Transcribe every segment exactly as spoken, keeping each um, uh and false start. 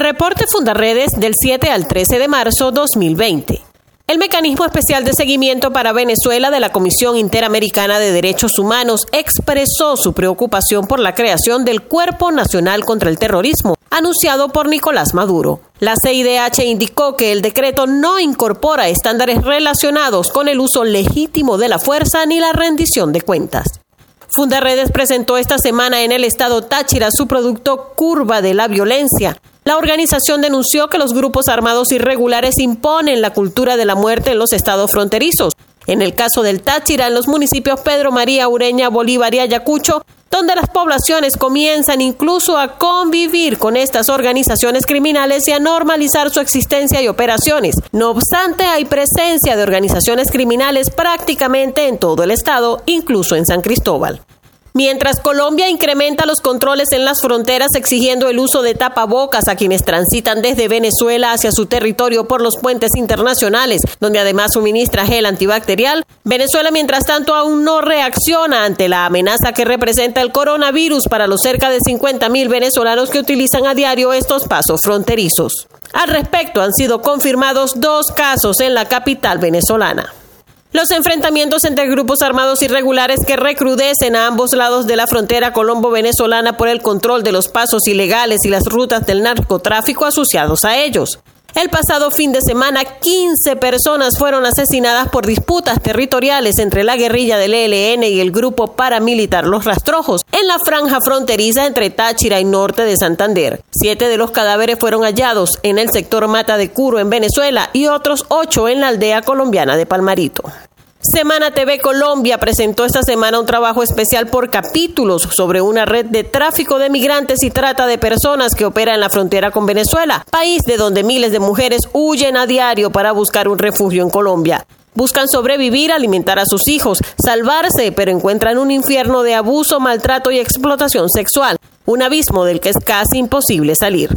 Reporte Fundarredes del siete al trece de marzo dos mil veinte. El Mecanismo Especial de Seguimiento para Venezuela de la Comisión Interamericana de Derechos Humanos expresó su preocupación por la creación del Cuerpo Nacional contra el Terrorismo, anunciado por Nicolás Maduro. La C I D H indicó que el decreto no incorpora estándares relacionados con el uso legítimo de la fuerza ni la rendición de cuentas. Fundarredes presentó esta semana en el estado Táchira su producto Curva de la Violencia. La organización denunció que los grupos armados irregulares imponen la cultura de la muerte en los estados fronterizos. En el caso del Táchira, en los municipios Pedro María, Ureña, Bolívar y Ayacucho, donde las poblaciones comienzan incluso a convivir con estas organizaciones criminales y a normalizar su existencia y operaciones. No obstante, hay presencia de organizaciones criminales prácticamente en todo el estado, incluso en San Cristóbal. Mientras Colombia incrementa los controles en las fronteras exigiendo el uso de tapabocas a quienes transitan desde Venezuela hacia su territorio por los puentes internacionales, donde además suministra gel antibacterial, Venezuela mientras tanto aún no reacciona ante la amenaza que representa el coronavirus para los cerca de cincuenta mil venezolanos que utilizan a diario estos pasos fronterizos. Al respecto, han sido confirmados dos casos en la capital venezolana. Los enfrentamientos entre grupos armados irregulares que recrudecen a ambos lados de la frontera colombo-venezolana por el control de los pasos ilegales y las rutas del narcotráfico asociados a ellos. El pasado fin de semana, quince personas fueron asesinadas por disputas territoriales entre la guerrilla del E L N y el grupo paramilitar Los Rastrojos, en la franja fronteriza entre Táchira y norte de Santander. Siete de los cadáveres fueron hallados en el sector Mata de Curo, en Venezuela, y otros ocho en la aldea colombiana de Palmarito. Semana T V Colombia presentó esta semana un trabajo especial por capítulos sobre una red de tráfico de migrantes y trata de personas que opera en la frontera con Venezuela, país de donde miles de mujeres huyen a diario para buscar un refugio en Colombia. Buscan sobrevivir, alimentar a sus hijos, salvarse, pero encuentran un infierno de abuso, maltrato y explotación sexual, un abismo del que es casi imposible salir.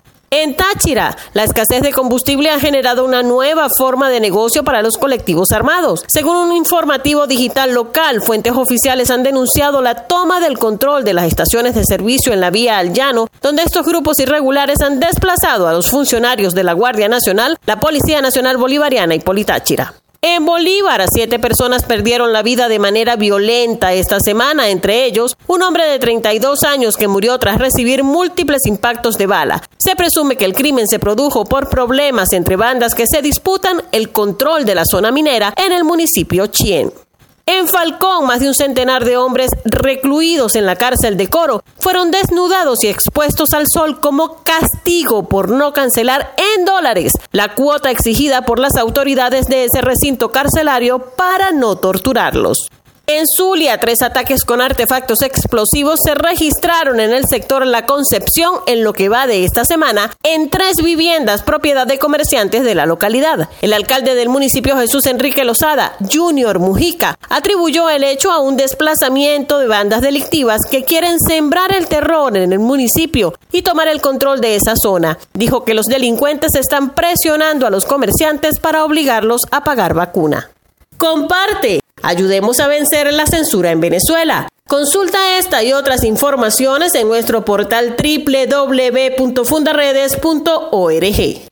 En Táchira, la escasez de combustible ha generado una nueva forma de negocio para los colectivos armados. Según un informativo digital local, fuentes oficiales han denunciado la toma del control de las estaciones de servicio en la vía al llano, donde estos grupos irregulares han desplazado a los funcionarios de la Guardia Nacional, la Policía Nacional Bolivariana y Politáchira. En Bolívar, siete personas perdieron la vida de manera violenta esta semana, entre ellos un hombre de treinta y dos años que murió tras recibir múltiples impactos de bala. Se presume que el crimen se produjo por problemas entre bandas que se disputan el control de la zona minera en el municipio Chien. En Falcón, más de un centenar de hombres recluidos en la cárcel de Coro fueron desnudados y expuestos al sol como castigo por no cancelar en dólares la cuota exigida por las autoridades de ese recinto carcelario para no torturarlos. En Zulia, tres ataques con artefactos explosivos se registraron en el sector La Concepción en lo que va de esta semana en tres viviendas propiedad de comerciantes de la localidad. El alcalde del municipio, Jesús Enrique Lozada Junior Mujica, atribuyó el hecho a un desplazamiento de bandas delictivas que quieren sembrar el terror en el municipio y tomar el control de esa zona. Dijo que los delincuentes están presionando a los comerciantes para obligarlos a pagar vacuna. Comparte. Ayudemos a vencer la censura en Venezuela. Consulta esta y otras informaciones en nuestro portal doble u doble u doble u punto fundarredes punto org.